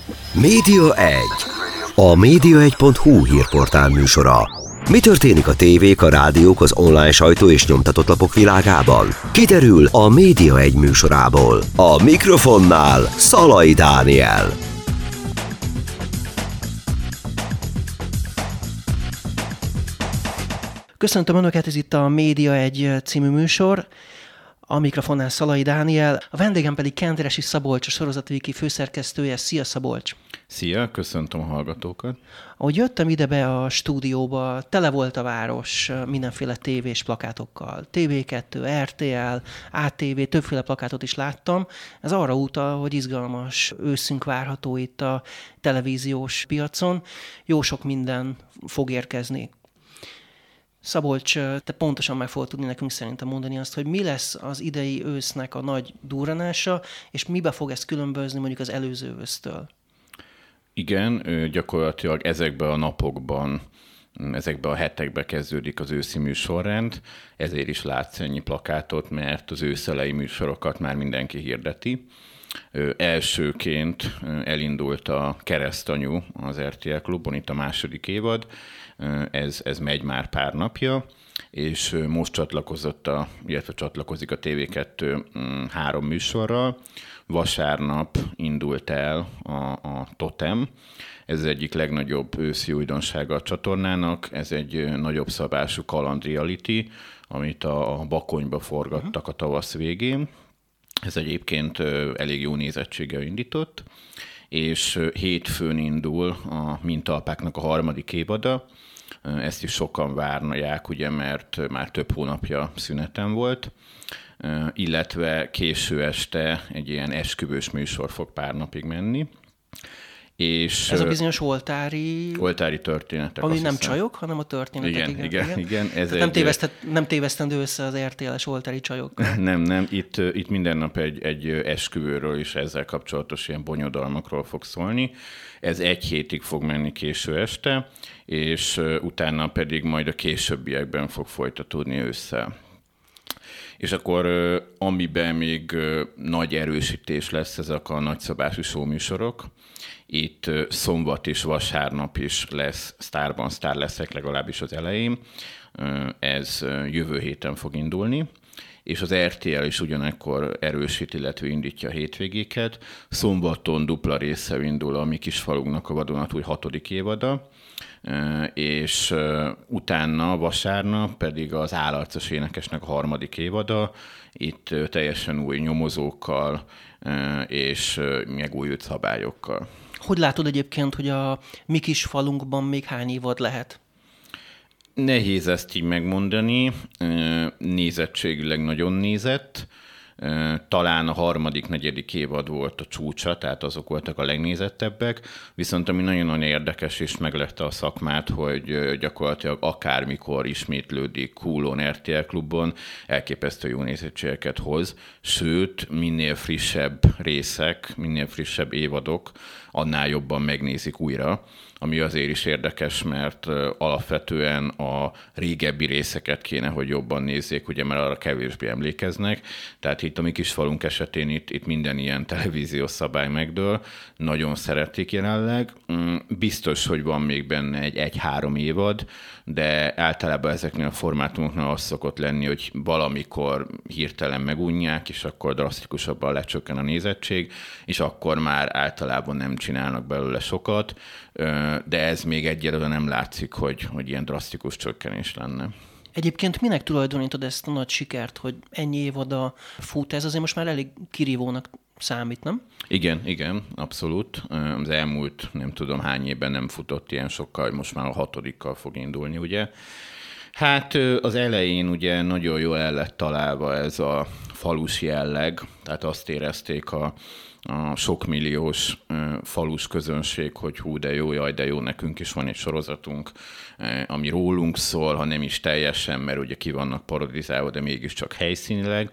Média 1. A média1.hu hírportál műsora. Mi történik a tévék, a rádiók, az online sajtó és nyomtatott lapok világában? Kiderül a Média 1 műsorából. A mikrofonnál Szalai Dániel. Köszöntöm Önöket, ez itt a Média 1 című műsor. A mikrofonnál Szalai Dániel, a vendégem pedig Kenderesi Szabolcs, a Sorozatviki főszerkesztője. Szia, Szabolcs! Szia, köszöntöm a hallgatókat! Ahogy jöttem ide be a stúdióba, tele volt a város mindenféle tévés plakátokkal. TV2, RTL, ATV, többféle plakátot is láttam. Ez arra utal, hogy izgalmas őszünk várható itt a televíziós piacon. Jó sok minden fog érkezni. Szabolcs, te pontosan meg fogod tudni nekünk szerintem mondani azt, hogy mi lesz az idei ősznek a nagy durranása, és mibe fog ez különbözni mondjuk az előző ősztől? Igen, gyakorlatilag ezekben a napokban, ezekben a hetekben kezdődik az őszi műsorrend, ezért is látsz ennyi plakátot, mert az őszelei műsorokat már mindenki hirdeti. Elsőként elindult a Keresztanyu az RTL Klubon, itt a második évad, ez megy már pár napja, és most csatlakozik a TV2 három műsorral. Vasárnap indult el a Totem, ez az egyik legnagyobb őszi újdonsága a csatornának, ez egy nagyobb szabású kaland reality, amit a Bakonyba forgattak a tavasz végén. Ez egyébként elég jó nézettséggel indított, és hétfőn indul a Mintaapáknak a harmadik évada. Ezt is sokan várják, ugye, mert már több hónapja szünetem volt, illetve késő este egy ilyen esküvős műsor fog pár napig menni. És ez a bizonyos oltári történetek. Ami nem csajok, hanem a történetek. Igen. Nem tévesztendő össze az RTL-es oltári csajokkal. Nem. Itt minden nap egy esküvőről és ezzel kapcsolatos ilyen bonyodalmakról fog szólni. Ez egy hétig fog menni késő este, és utána pedig majd a későbbiekben fog folytatódni ősszel. És akkor amiben még nagy erősítés lesz, ezek a nagyszabású showműsorok. Itt szombat és vasárnap is lesz Sztárban sztár leszek, legalábbis az elején. Ez jövő héten fog indulni. És az RTL is ugyanekkor erősít, illetve indítja a hétvégéket. Szombaton dupla része indul a Mi Kisfalunknak a vadonatúj 6. évada, és utána vasárnap pedig az Állarcos énekesnek a 3. évada, itt teljesen új nyomozókkal és megújult szabályokkal. Hogy látod egyébként, hogy a Mi Kisfalunkban még hány évad lehet? Nehéz ezt így megmondani, nézettségileg nagyon nézett, talán a 3., 4. évad volt a csúcsa, tehát azok voltak a legnézettebbek, viszont ami nagyon-nagyon érdekes és meglepte a szakmát, hogy gyakorlatilag akármikor ismétlődik Hullón, RTL Klubon, elképesztő jó nézettségeket hoz, sőt, minél frissebb részek, minél frissebb évadok, annál jobban megnézik újra, ami azért is érdekes, mert alapvetően a régebbi részeket kéne, hogy jobban nézzék, ugye, mert arra kevésbé emlékeznek. Tehát itt a Mi Kisfalunk esetén itt minden ilyen televíziós szabály megdől. Nagyon szeretik jelenleg. Biztos, hogy van még benne egy 3 évad, de általában ezeknél a formátumoknál az szokott lenni, hogy valamikor hirtelen megunják, és akkor drasztikusabban lecsökken a nézettség, és akkor már általában nem csinálnak belőle sokat, de ez még egyelőre nem látszik, hogy ilyen drasztikus csökkenés lenne. Egyébként minek tulajdonítod ezt a nagy sikert, hogy ennyi évada fut? Ez azért most már elég kirívónak számít, nem? Igen, abszolút. Az elmúlt nem tudom hány évben nem futott ilyen sokkal, most már a 6. fog indulni, ugye. Hát az elején ugye nagyon jól el lett találva ez a falus jelleg, tehát azt érezték a sokmilliós falus közönség, hogy hú, de jó, jaj, de jó, nekünk is van egy sorozatunk, ami rólunk szól, ha nem is teljesen, mert ugye ki vannak parodizálva, de mégiscsak helyszínileg.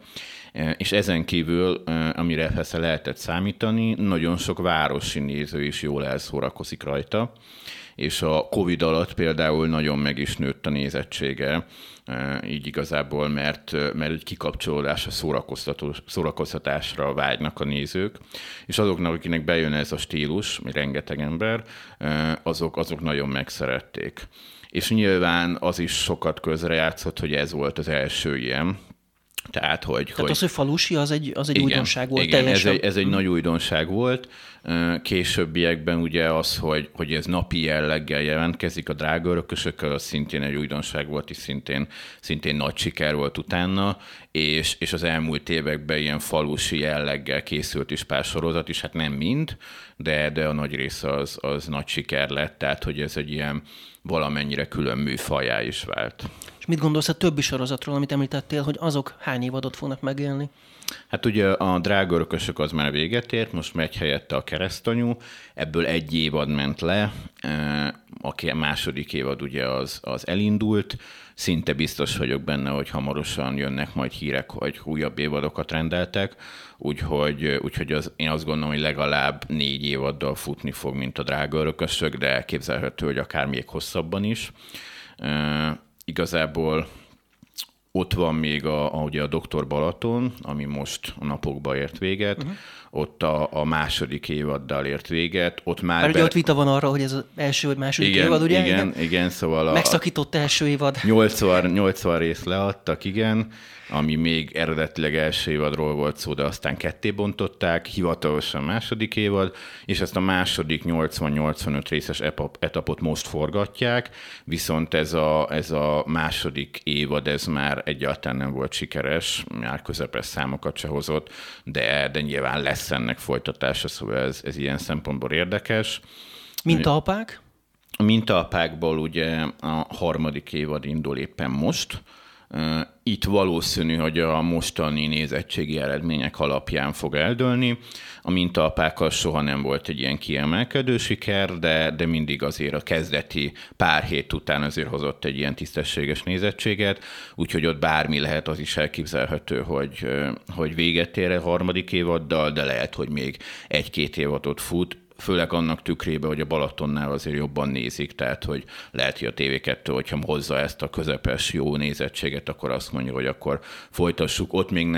És ezen kívül, amire persze lehetett számítani, nagyon sok városi néző is jól elszórakozik rajta, és a Covid alatt például nagyon meg is nőtt a nézettsége, így igazából, mert egy kikapcsolódásra, szórakoztatásra vágynak a nézők, és azoknak, akinek bejön ez a stílus, rengeteg ember, azok nagyon megszerették. És nyilván az is sokat közrejátszott, hogy ez volt az első ilyen. Tehát az, hogy falusi, az egy igen, újdonság volt igen, teljesen. Ez egy nagy újdonság volt. Későbbiekben ugye az, hogy ez napi jelleggel jelentkezik a drága örökösökkel, az szintén egy újdonság volt, és szintén nagy siker volt utána, és az elmúlt években ilyen falusi jelleggel készült is pár sorozat is, hát nem mind, de a nagy része az nagy siker lett, tehát hogy ez egy ilyen valamennyire külön műfajá is vált. És mit gondolsz a többi sorozatról, amit említettél, hogy azok hány évadot fognak megélni? Hát ugye a Drága örökösök az már véget ért, most megy helyette a Keresztanyú, ebből egy évad ment le, a második évad ugye az elindult, szinte biztos vagyok benne, hogy hamarosan jönnek majd hírek, hogy újabb évadokat rendeltek, úgyhogy én azt gondolom, hogy legalább 4 évaddal futni fog, mint a Drága örökösök, de elképzelhető, hogy akár még hosszabban is. Igazából ott van még ugye a Dr. Balaton, ami most a napokban ért véget, ott a második évaddal ért véget. Ott már ugye ott vita van arra, hogy ez az első vagy második évad, ugye? Igen, szóval megszakított első évad. 80 részt leadtak, igen, ami még eredetileg első évadról volt szó, de aztán ketté bontották, hivatalosan második évad, és ezt a második 80-85 részes etapot most forgatják, viszont ez a második évad, ez már egyáltalán nem volt sikeres, már közepes számokat se hozott, de nyilván lesz ennek folytatása, szóval ez ilyen szempontból érdekes. Mintaapák? A Mintaapákból ugye a harmadik évad indul éppen most. Itt valószínű, hogy a mostani nézettségi eredmények alapján fog eldőlni. A Mintaapákkal soha nem volt egy ilyen kiemelkedő siker, de mindig azért a kezdeti pár hét után azért hozott egy ilyen tisztességes nézettséget, úgyhogy ott bármi lehet, az is elképzelhető, hogy véget ér a harmadik évaddal, de lehet, hogy még 1-2 évadot fut, főleg annak tükrében, hogy a Balatonnál azért jobban nézik, tehát hogy lehet, hogy a TV2, hogyha hozza ezt a közepes jó nézettséget, akkor azt mondja, hogy akkor folytassuk. Ott még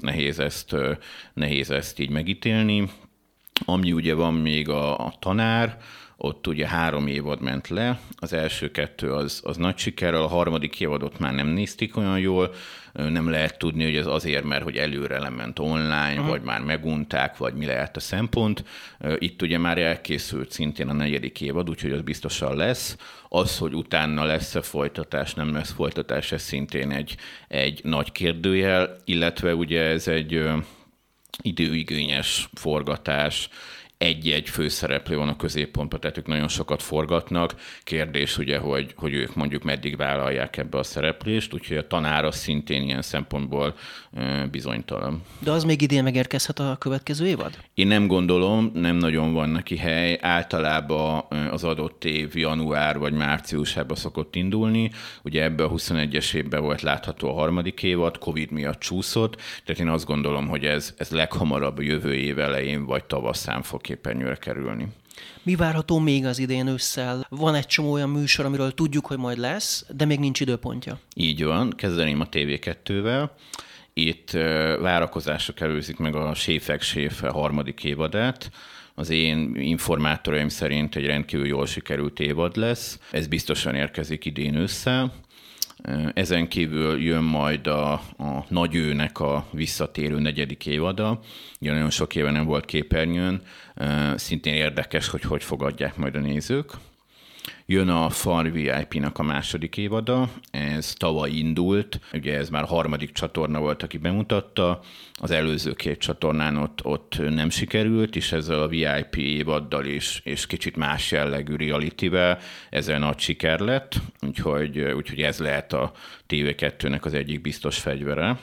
nehéz ezt így megítélni. Ami ugye van még a Tanár, ott ugye 3 évad ment le, az első 2 az nagy sikerrel, a harmadik évadot már nem nézték olyan jól, nem lehet tudni, hogy ez azért, mert hogy előre lement online, vagy már megunták, vagy mi lehet a szempont. Itt ugye már elkészült szintén a 4. évad, úgyhogy az biztosan lesz. Az, hogy utána lesz-e folytatás, nem lesz folytatás, ez szintén egy nagy kérdőjel, illetve ugye ez egy időigényes forgatás, egy-egy főszereplő van a középpontban, tehát ők nagyon sokat forgatnak. Kérdés ugye, hogy ők mondjuk meddig vállalják ebbe a szereplést, úgyhogy a Tanár az szintén ilyen szempontból bizonytalan. De az még idén megérkezhet a következő évad? Én nem gondolom, nem nagyon van neki hely. Általában az adott év január vagy márciusában szokott indulni. Ugye ebben a 21-es évben volt látható a harmadik évad, Covid miatt csúszott, tehát én azt gondolom, hogy ez leghamarabb a jövő év elején vagy tavaszán fog képernyőre kerülni. Mi várható még az idén ősszel? Van egy csomó olyan műsor, amiről tudjuk, hogy majd lesz, de még nincs időpontja. Így van, kezdeném a TV2-vel. Itt várakozások előzik meg a Séfek Séfe harmadik évadát. Az én informátoraim szerint egy rendkívül jól sikerült évad lesz. Ez biztosan érkezik idén ősszel. Ezen kívül jön majd a Nagy Őnek a visszatérő 4. évada. Ugye nagyon sok éve nem volt képernyőn. Szintén érdekes, hogy fogadják majd a nézők. Jön a Far VIP-nak a 2. évada, ez tavaly indult, ugye ez már a 3. csatorna volt, aki bemutatta, az előző 2 csatornán ott nem sikerült, és ezzel a VIP évaddal és kicsit más jellegű realityvel ezzel nagy siker lett, úgyhogy ez lehet a TV2-nek az egyik biztos fegyvere.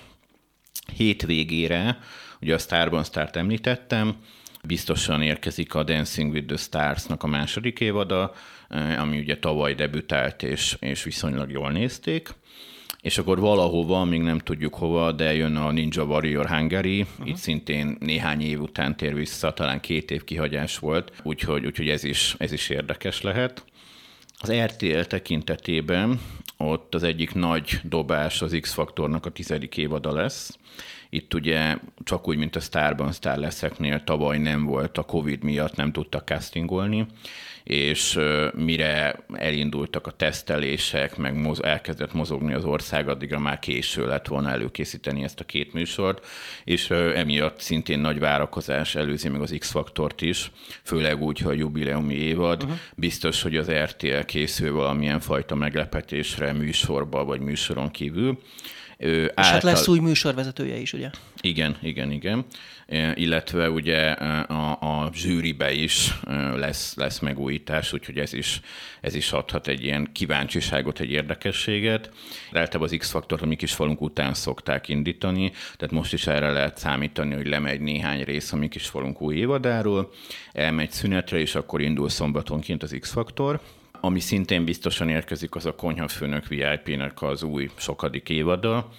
Hétvégére, ugye a Starban Start említettem, biztosan érkezik a Dancing with the Stars-nak a 2. évada, ami ugye tavaly debütált, és viszonylag jól nézték. és akkor valahova, még nem tudjuk hova, de jön a Ninja Warrior Hungary, itt szintén néhány év után tér vissza, talán 2 év kihagyás volt, úgyhogy ez is érdekes lehet. Az RTL tekintetében ott az egyik nagy dobás az X-Faktornak a 10. évada lesz. Itt ugye csak úgy, mint a Sztárban, Sztárleszeknél tavaly nem volt, a Covid miatt nem tudtak castingolni, és mire elindultak a tesztelések, meg elkezdett mozogni az ország, addigra már késő lett volna előkészíteni ezt a 2 műsort, és emiatt szintén nagy várakozás előzi meg az X-Faktort is, főleg úgy, hogy a jubileumi évad. Biztos, hogy az RTL készül valamilyen fajta meglepetésre műsorba vagy műsoron kívül. És hát lesz új műsorvezetője is, ugye? Igen. Illetve ugye a zsűribe is lesz megújítás, úgyhogy ez is adhat egy ilyen kíváncsiságot, egy érdekességet. Általában az X-Faktort a mi kis falunk után szokták indítani, tehát most is erre lehet számítani, hogy lemegy néhány rész a mi kis falunk új évadáról, elmegy szünetre, és akkor indul szombatonként az X-Faktor. Ami szintén biztosan érkezik, az a Konyhafőnök VIP-nek az új sokadik évada.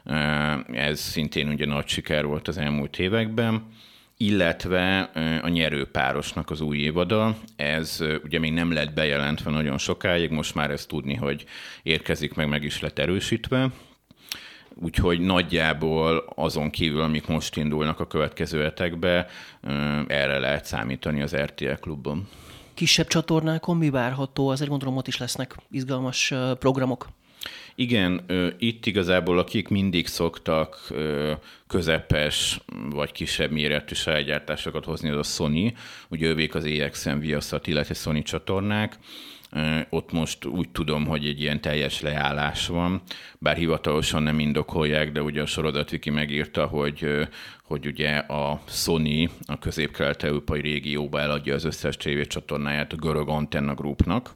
Ez szintén ugye nagy siker volt az elmúlt években, illetve a Nyerőpárosnak az új évada. Ez ugye még nem lett bejelentve nagyon sokáig, most már ezt tudni, hogy érkezik, meg is lett erősítve. Úgyhogy nagyjából azon kívül, amik most indulnak a következő hetekbe, erre lehet számítani az RTL Klubban. Kisebb csatornákon mi várható? Azért gondolom, ott is lesznek izgalmas programok. Igen, itt igazából akik mindig szoktak közepes vagy kisebb méretű sajátgyártásokat hozni, az a Sony, ugye ővék az EXM, Viaszat, illetve Sony csatornák. Ott most úgy tudom, hogy egy ilyen teljes leállás van, bár hivatalosan nem indokolják, de ugye a Sorozatviki megírta, hogy ugye a Sony a közép-kelet-európai régióba eladja az összes tévécsatornáját a görög Antenna Groupnak,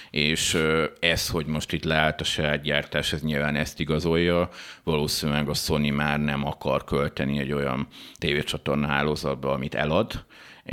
és ez, hogy most itt leállt a saját gyártás, ez nyilván ezt igazolja, valószínűleg a Sony már nem akar költeni egy olyan tévécsatorna hálózatba, amit elad,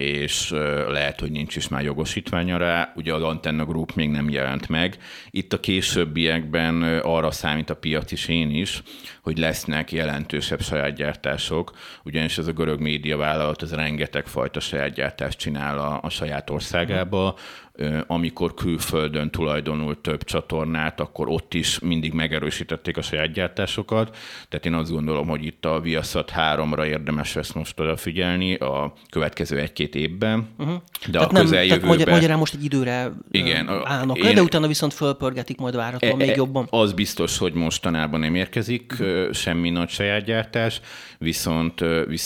és lehet, hogy nincs is már jogosítványa rá. Ugye az Antenna Group még nem jelent meg. Itt a későbbiekben arra számít a piac is, én is, hogy lesznek jelentősebb sajátgyártások, ugyanis ez a görög médiavállalat az rengeteg fajta sajátgyártást csinál a saját országába. Amikor külföldön tulajdonult több csatornát, akkor ott is mindig megerősítették a saját gyártásokat. Tehát én azt gondolom, hogy itt a Viaszat 3-ra érdemes ezt most odafigyelni a következő 1-2 évben. De tehát a közeljövőben... Tehát magyarán most egy időre állnak le, de utána viszont fölpörgetik majd várhatóan még jobban. Az biztos, hogy mostanában nem érkezik semmi nagy saját gyártás, viszont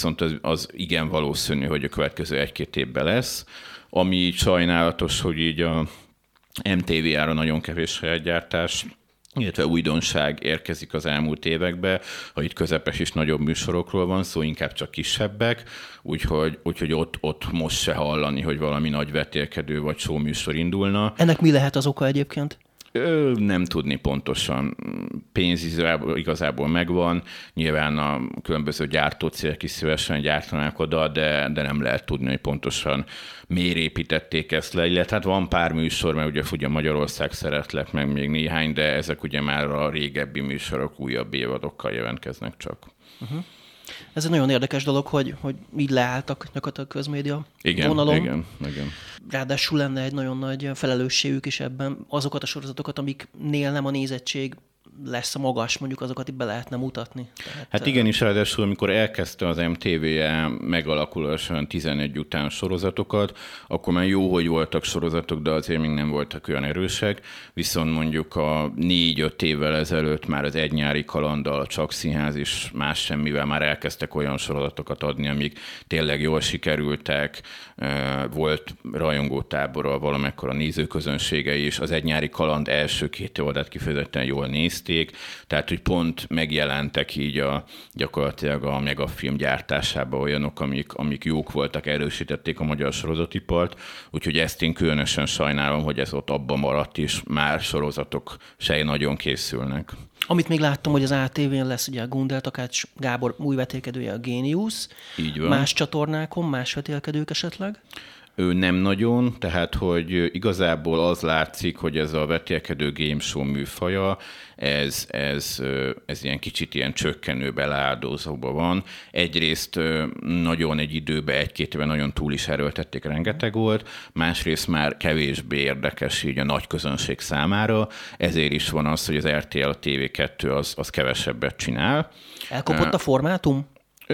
az igen valószínű, hogy a következő 1-2 évben lesz. Ami sajnálatos, hogy így a MTV-ára nagyon kevés sajátgyártás, illetve újdonság érkezik az elmúlt években, ha itt közepes és nagyobb műsorokról van szó, inkább csak kisebbek, úgyhogy ott most se hallani, hogy valami nagy vetélkedő vagy show műsor indulna. Ennek mi lehet az oka egyébként? Nem tudni pontosan. Pénz igazából megvan, nyilván a különböző gyártócégek is szívesen gyártanák oda, de nem lehet tudni, hogy pontosan miért építették ezt le. Illetve hát van pár műsor, mert ugye Magyarország szeretlek, meg még néhány, de ezek ugye már a régebbi műsorok újabb évadokkal jelentkeznek csak. Ez egy nagyon érdekes dolog, hogy így leálltak gyakorlatilag közmédia vonalon. Igen. Ráadásul lenne egy nagyon nagy felelősségük is ebben. Azokat a sorozatokat, amiknél nem a nézettség lesz a magas, mondjuk azokat itt be lehetne mutatni. Hát igenis, ráadásul amikor elkezdte az MTV-je megalakuláson 11 után sorozatokat, akkor már jó, hogy voltak sorozatok, de azért még nem voltak olyan erősek, viszont mondjuk a 4-5 évvel ezelőtt már az Egy nyári kalanddal, a Csak Színház is más semmivel már elkezdtek olyan sorozatokat adni, amik tényleg jól sikerültek, volt rajongótábora, valamekkora nézőközönsége is, az Egy nyári kaland első 2 évadát kifejezetten jól nézték, tehát hogy pont megjelentek így gyakorlatilag a Megafilm gyártásában olyanok, amik jók voltak, erősítették a magyar sorozatipart, úgyhogy ezt én különösen sajnálom, hogy ez ott abban maradt is, már sorozatok se nagyon készülnek. Amit még láttam, hogy az ATV-n lesz ugye a Gundel Takács Gábor új vetélkedője, a Géniusz. Így van. Más csatornákon, más vetélkedők esetleg? Nem nagyon, tehát hogy igazából az látszik, hogy ez a vetélkedő game show műfaja, ez ilyen kicsit ilyen csökkenő beleáldozóban van. Egyrészt nagyon egy időben, 1-2 éve nagyon túl is erőltették, rengeteg volt, másrészt már kevésbé érdekes így a nagy közönség számára, ezért is van az, hogy az RTL, a TV2 az kevesebbet csinál. Elkopott a formátum?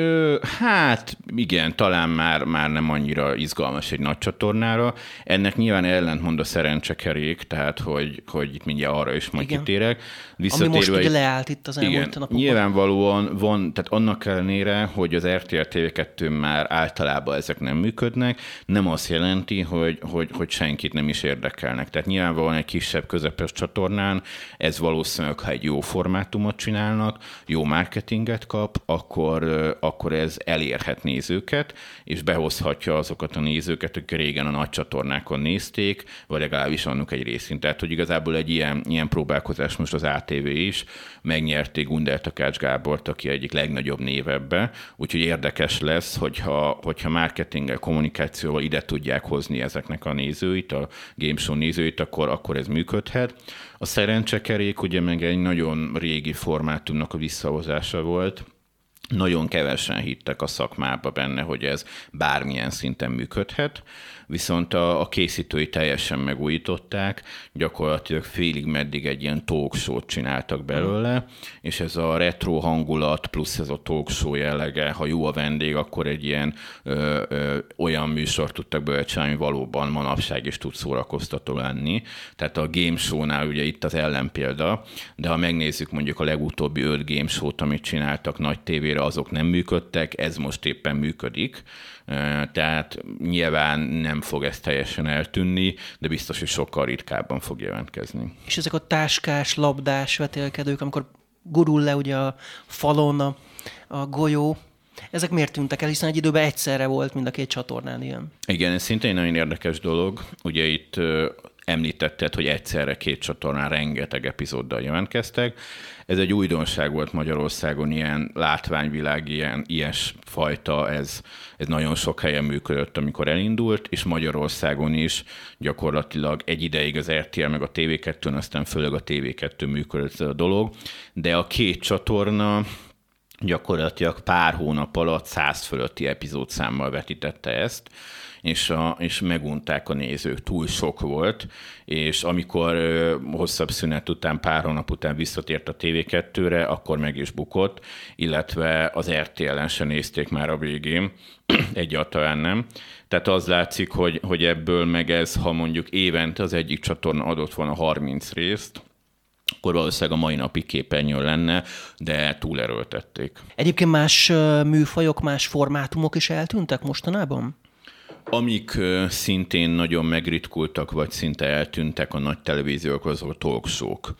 Hát igen, talán már nem annyira izgalmas egy nagy csatornára. Ennek nyilván ellentmond a szerencsekerék, tehát hogy itt mindjárt arra is majd kitérek. Ami most ugye leállt itt az elmúlt napokban. Nyilvánvalóan van, tehát annak ellenére, hogy az RTL TV2 már általában ezek nem működnek, nem azt jelenti, hogy senkit nem is érdekelnek. Tehát nyilvánvalóan egy kisebb, közepes csatornán ez valószínűleg, ha egy jó formátumot csinálnak, jó marketinget kap, akkor ez elérhet nézőket, és behozhatja azokat a nézőket, akik régen a nagy csatornákon nézték, vagy legalábbis annak egy részén. Tehát, hogy igazából egy ilyen próbálkozás most az ATV is, megnyerték Gundel Takács Gábort, aki egyik legnagyobb név ebbe, úgyhogy érdekes lesz, hogyha marketinggel, kommunikációval ide tudják hozni ezeknek a nézőit, a game show nézőit, akkor ez működhet. A szerencsekerék ugye meg egy nagyon régi formátumnak a visszahozása volt. Nagyon kevesen hittek a szakmába benne, hogy ez bármilyen szinten működhet, viszont a készítői teljesen megújították, gyakorlatilag félig meddig egy ilyen talk show-t csináltak belőle, és ez a retro hangulat plusz ez a talk show jellege, ha jó a vendég, akkor egy ilyen olyan műsort tudtak belőle csinálni, valóban manapság is tud szórakoztató lenni. Tehát a game show-nál ugye itt az ellenpélda, de ha megnézzük mondjuk a legutóbbi 5 game show-t, amit csináltak nagy tévére, azok nem működtek, ez most éppen működik. Tehát nyilván nem fog ez teljesen eltűnni, de biztos, hogy sokkal ritkábban fog jelentkezni. És ezek a táskás, labdás vetélkedők, amikor gurul le ugye a falon a golyó, ezek miért tűntek el, hiszen egy időben egyszerre volt mind a két csatornán ilyen? Igen, ez szintén nagyon érdekes dolog. Ugye itt említetted, hogy egyszerre 2 csatornán rengeteg epizóddal jelentkeztek. Ez egy újdonság volt Magyarországon, ilyen látványvilág, ilyesfajta, ez nagyon sok helyen működött, amikor elindult, és Magyarországon is gyakorlatilag egy ideig az RTL meg a TV2-n, aztán főleg a TV2 működött a dolog, de a 2 csatorna gyakorlatilag pár hónap alatt 100 fölötti epizódszámmal vetítette ezt, és megunták a nézők, túl sok volt, és amikor hosszabb szünet után, pár hónap után visszatért a TV2-re, akkor meg is bukott, illetve az RTL-en se nézték már a végén, egyáltalán nem. Tehát az látszik, hogy ebből meg ez, ha mondjuk évente az egyik csatorna adott volna 30 részt, akkor valószínűleg a mai napi képernyőn lenne, de túlerőltették. Egyébként más műfajok, más formátumok is eltűntek mostanában? Amik szintén nagyon megritkultak, vagy szinte eltűntek a nagy televíziók, azok a talk show-k.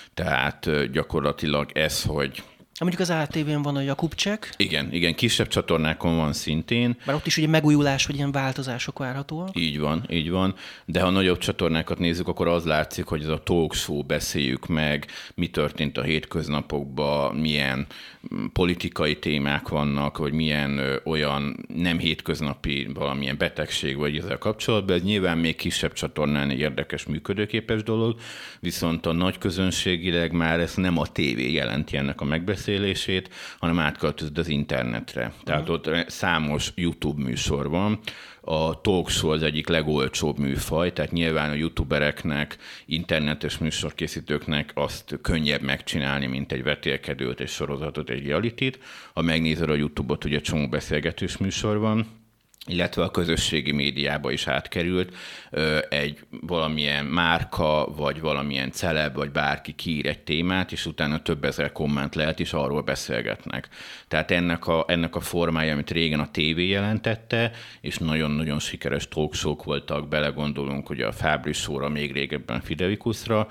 Tehát gyakorlatilag ez, hogy... Mondjuk az ATV-n van a Jakubcsek. Igen, kisebb csatornákon van szintén. Bár ott is ugye megújulás, vagy ilyen változások várhatóak. Így van. De ha nagyobb csatornákat nézzük, akkor az látszik, hogy ez a talk show, beszéljük meg, mi történt a hétköznapokban, milyen politikai témák vannak, vagy milyen olyan nem hétköznapi valamilyen betegség, vagy ezzel kapcsolatban. Ez nyilván még kisebb csatornán egy érdekes, működőképes dolog, viszont a nagy közönségileg már ez nem a tévé jelenti ennek a megbeszélését, hanem átköltözött az internetre. Tehát ott számos YouTube műsor van. A talk show az egyik legolcsóbb műfaj, tehát nyilván a youtubereknek, internetes műsorkészítőknek azt könnyebb megcsinálni, mint egy vetélkedőt, egy sorozatot, egy realityt. Ha megnézed a YouTube-ot, ugye csomó beszélgetős műsor van, illetve a közösségi médiába is átkerült, egy valamilyen márka, vagy valamilyen celeb, vagy bárki kiír egy témát, és utána több ezer komment lehet, és arról beszélgetnek. Tehát ennek a formája, amit régen a tévé jelentette, és nagyon-nagyon sikeres talk show-k voltak, belegondolunk, hogy a Fábri Show-ra, még régebben Fidelikusra,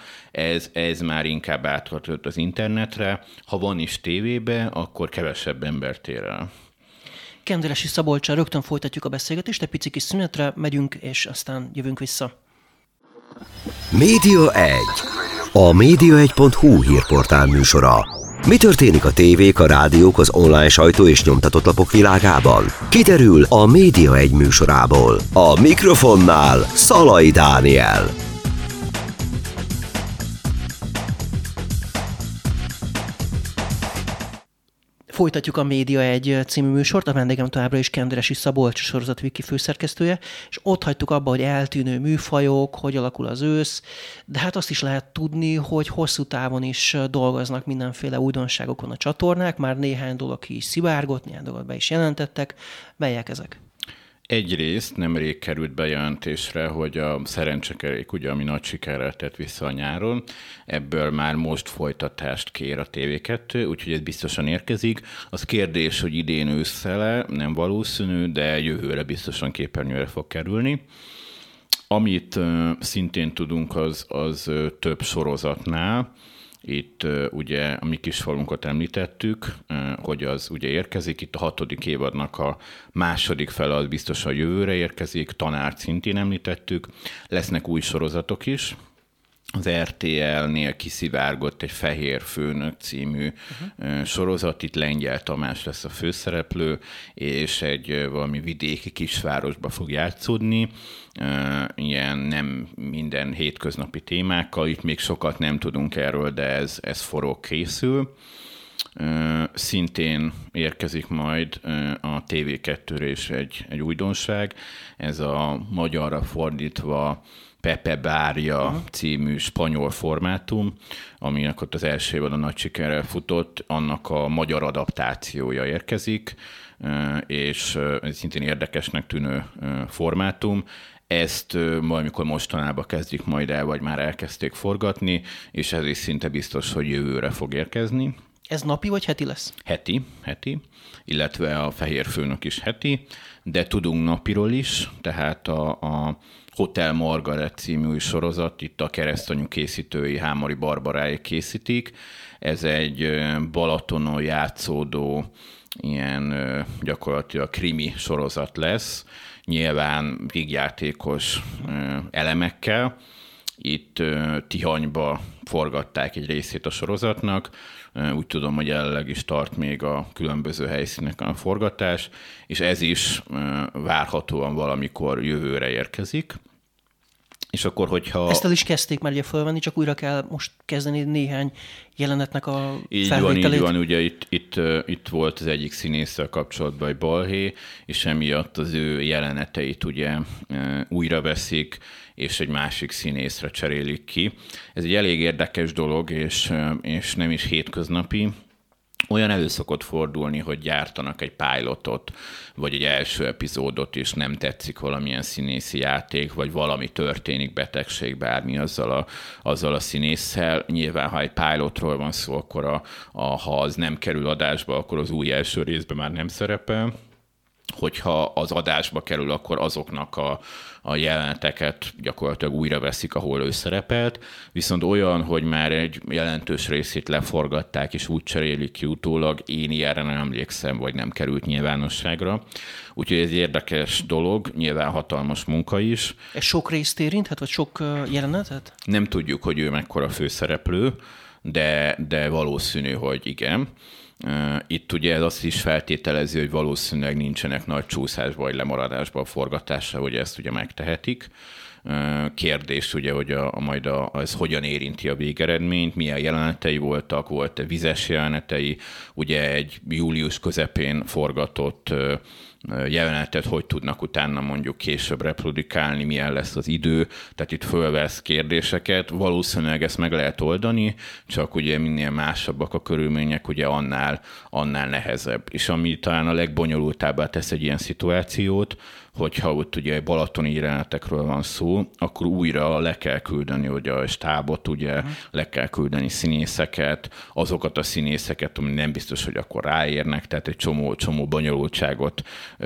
ez már inkább áthatott az internetre. Ha van is tévébe, akkor kevesebb embert ér el. Kenderesi Szabolccsal rögtön folytatjuk a beszélgetést, egy pici kis szünetre megyünk, és aztán jövünk vissza. Média 1. A média1.hu hírportál műsora. Mi történik a tévék, a rádiók, az online sajtó és nyomtatott lapok világában? Kiderül a Média 1 műsorából. A mikrofonnál Szalai Dániel. Folytatjuk a Média 1 című műsort, a vendégem továbbra is Kenderesi Szabolcs, Sorozatviki főszerkesztője, és ott hagytuk abba, hogy eltűnő műfajok, hogy alakul az ősz, de hát azt is lehet tudni, hogy hosszú távon is dolgoznak mindenféle újdonságokon a csatornák, már néhány dolog ki is szivárgott, néhány dolgot be is jelentettek. Melyek ezek? Egyrészt nemrég került bejelentésre, hogy a Szerencsekerék, ugye, ami nagy sikerrel tett vissza a nyáron, ebből már most folytatást kér a TV2, úgyhogy ez biztosan érkezik. Az kérdés, hogy idén ősszel nem valószínű, de jövőre biztosan képernyőre fog kerülni. Amit szintén tudunk, az több sorozatnál. Itt ugye a mi kisfalunkat említettük, hogy az ugye érkezik. Itt a 6. évadnak a második fele az biztosan jövőre érkezik, Tanárt szintén említettük. Lesznek új sorozatok is. Az RTL-nél kiszivárgott egy Fehér főnök című sorozat, itt Lengyel Tamás lesz a főszereplő, és egy valami vidéki kisvárosba fog játszódni, ilyen nem minden hétköznapi témákkal, itt még sokat nem tudunk erről, de ez forog készül. Szintén érkezik majd a TV2-re is egy újdonság, ez a magyarra fordítva Pepe Bárja című spanyol formátum, aminek ott az első évad a nagy sikerrel futott, annak a magyar adaptációja érkezik, és ez szintén érdekesnek tűnő formátum. Ezt valamikor mostanában kezdik majd el, vagy már elkezdték forgatni, és ez is szinte biztos, hogy jövőre fog érkezni. Ez napi vagy heti lesz? Heti, illetve a Fehér főnök is heti, de tudunk napiról is, tehát a Hotel Margaret című sorozat, itt a Keresztanyú készítői, Hámori Barbaráék készítik. Ez egy Balatonon játszódó ilyen gyakorlatilag krimi sorozat lesz, nyilván vígjátékos elemekkel. Itt Tihanyba forgatták egy részét a sorozatnak, úgy tudom, hogy jelenleg is tart még a különböző helyszíneken a forgatás, és ez is várhatóan valamikor jövőre érkezik. És akkor, hogyha... Ezt el is kezdték már ugye fölvenni, csak újra kell most kezdeni néhány jelenetnek a felvételét. Így van, ugye itt volt az egyik színésszel kapcsolatban egy balhé, és emiatt az ő jeleneteit ugye újra veszik, és egy másik színészre cserélik ki. Ez egy elég érdekes dolog, és nem is hétköznapi. Olyan elő szokott fordulni, hogy gyártanak egy pilotot, vagy egy első epizódot, és nem tetszik valamilyen színészi játék, vagy valami történik, betegség, bármi azzal a színésszel. Nyilván, ha egy pilotról van szó, akkor ha az nem kerül adásba, akkor az új első részben már nem szerepel. Hogyha az adásba kerül, akkor azoknak a jeleneteket gyakorlatilag újra veszik, ahol ő szerepelt, viszont olyan, hogy már egy jelentős részét leforgatták, és úgy cserélik ki utólag, én ilyenre nem emlékszem, vagy nem került nyilvánosságra. Úgyhogy ez egy érdekes dolog, nyilván hatalmas munka is. Ez sok részt érinthet, vagy sok jelenetet? Nem tudjuk, hogy ő mekkora főszereplő, de valószínű, hogy igen. Itt ugye ez azt is feltételezi, hogy valószínűleg nincsenek nagy csúszásba vagy lemaradásba a forgatásra, hogy ezt ugye megtehetik. Kérdés ugye, hogy majd ez hogyan érinti a végeredményt, milyen jelenetei voltak, volt-e vizes jelenetei, ugye egy július közepén forgatott jelenetet hogy tudnak utána mondjuk később reprodukálni, milyen lesz az idő, tehát itt fölvesz kérdéseket, valószínűleg ezt meg lehet oldani, csak ugye minél másabbak a körülmények, ugye annál nehezebb. És ami talán a legbonyolultabbá tesz egy ilyen szituációt, hogyha ott ugye balatoni jelenetekről van szó, akkor újra le kell küldeni ugye a stábot, ugye le kell küldeni színészeket, azokat a színészeket, ami nem biztos, hogy akkor ráérnek, tehát egy csomó bonyolultságot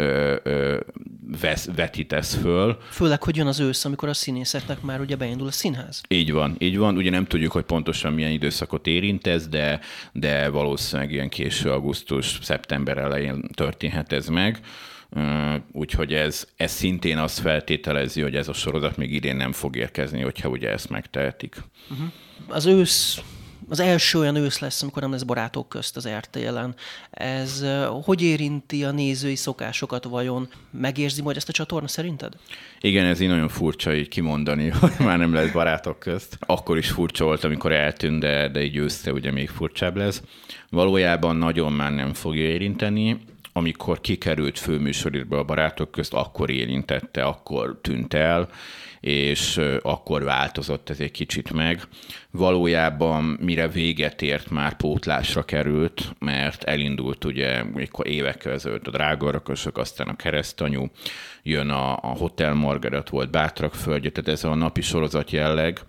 vetítesz föl. Főleg, hogy jön az ősz, amikor a színészeknek már ugye beindul a színház. Így van. Ugye nem tudjuk, hogy pontosan milyen időszakot érint ez, de valószínűleg ilyen késő augusztus, szeptember elején történhet ez meg. Úgyhogy ez szintén azt feltételezi, hogy ez a sorozat még idén nem fog érkezni, hogyha ugye ezt megtehetik. Az ősz az első olyan ősz lesz, amikor nem lesz Barátok közt az RTL-en. Ez hogy érinti a nézői szokásokat vajon? Megérzi majd ezt a csatorna szerinted? Igen, ez így nagyon furcsa így kimondani, hogy már nem lesz Barátok közt. Akkor is furcsa volt, amikor eltűnt, de így őszre ugye még furcsább lesz. Valójában nagyon már nem fogja érinteni. Amikor kikerült főműsoridba a Barátok közt, akkor érintette, akkor tűnt el, és akkor változott ez egy kicsit meg. Valójában mire véget ért, már pótlásra került, mert elindult ugye évekkel ezelőtt a Drága Örökösök, aztán a Keresztanyu, jön a Hotel Margaret, volt Bátrak földje, tehát ez a napi sorozat jelleg,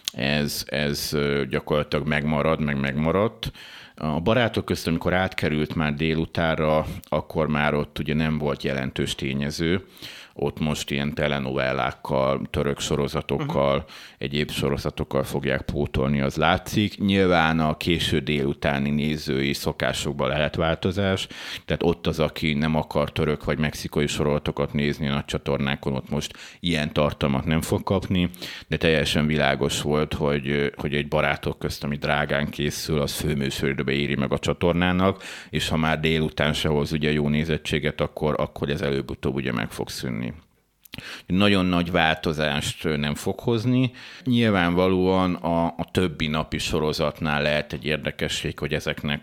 ez gyakorlatilag megmaradt. A Barátok közt, amikor átkerült már délutánra, akkor már ott ugye nem volt jelentős tényező. Ott most ilyen telenovellákkal, török sorozatokkal, egyéb sorozatokkal fogják pótolni, az látszik. Nyilván a késő délutáni nézői szokásokban lehet változás, tehát ott az, aki nem akar török vagy mexikai sorozatokat nézni a nagy csatornákon, ott most ilyen tartalmat nem fog kapni, de teljesen világos volt, hogy egy Barátok közt, ami drágán készül, az főműsoridőbe éri meg a csatornának, és ha már délután se hoz ugye jó nézettséget, akkor ez előbb-utóbb ugye meg fog szűnni. Nagyon nagy változást nem fog hozni. Nyilvánvalóan a többi napi sorozatnál lehet egy érdekesség, hogy